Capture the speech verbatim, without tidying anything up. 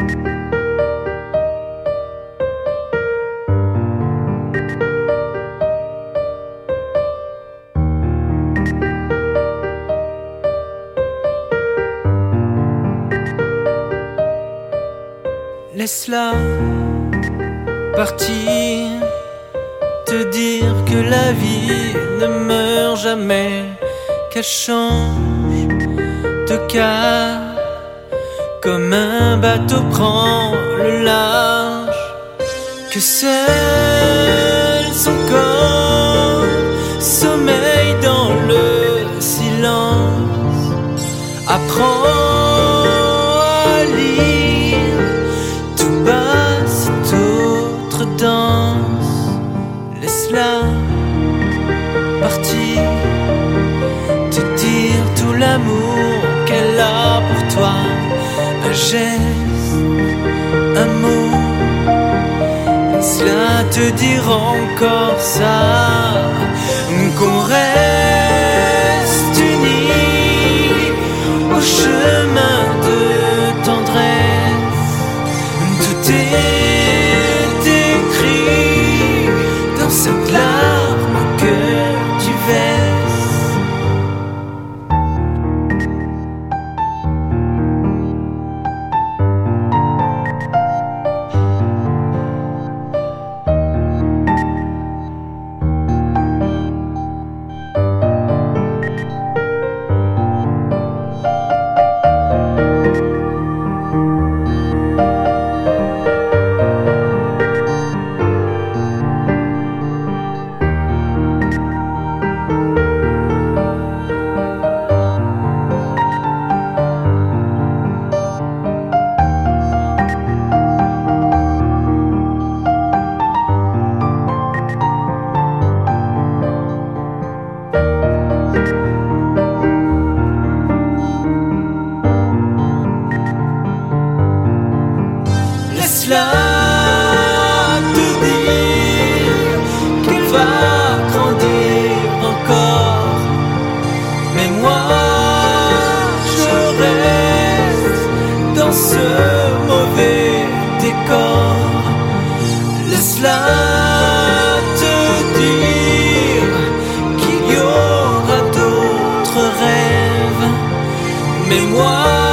Laisse-la partir, te dire que la vie ne meurt jamais, qu'elle change de cap, comme un bateau prend le large, que seul son corps sommeille dans le silence, apprend à lire tout bas cette autre danse. Laisse-la partir, te dire tout l'amour qu'elle a pour toi, un geste, un mot. Laisse-la te dire encore ça, qu'on reste unis au chemin de tendresse. Tout est écrit dans cette larme que tu verses. Laisse-la te dire qu'elle va grandir encore, mais moi je reste dans ce mauvais décor. Laisse-la te dire qu'il y aura d'autres rêves, mais moi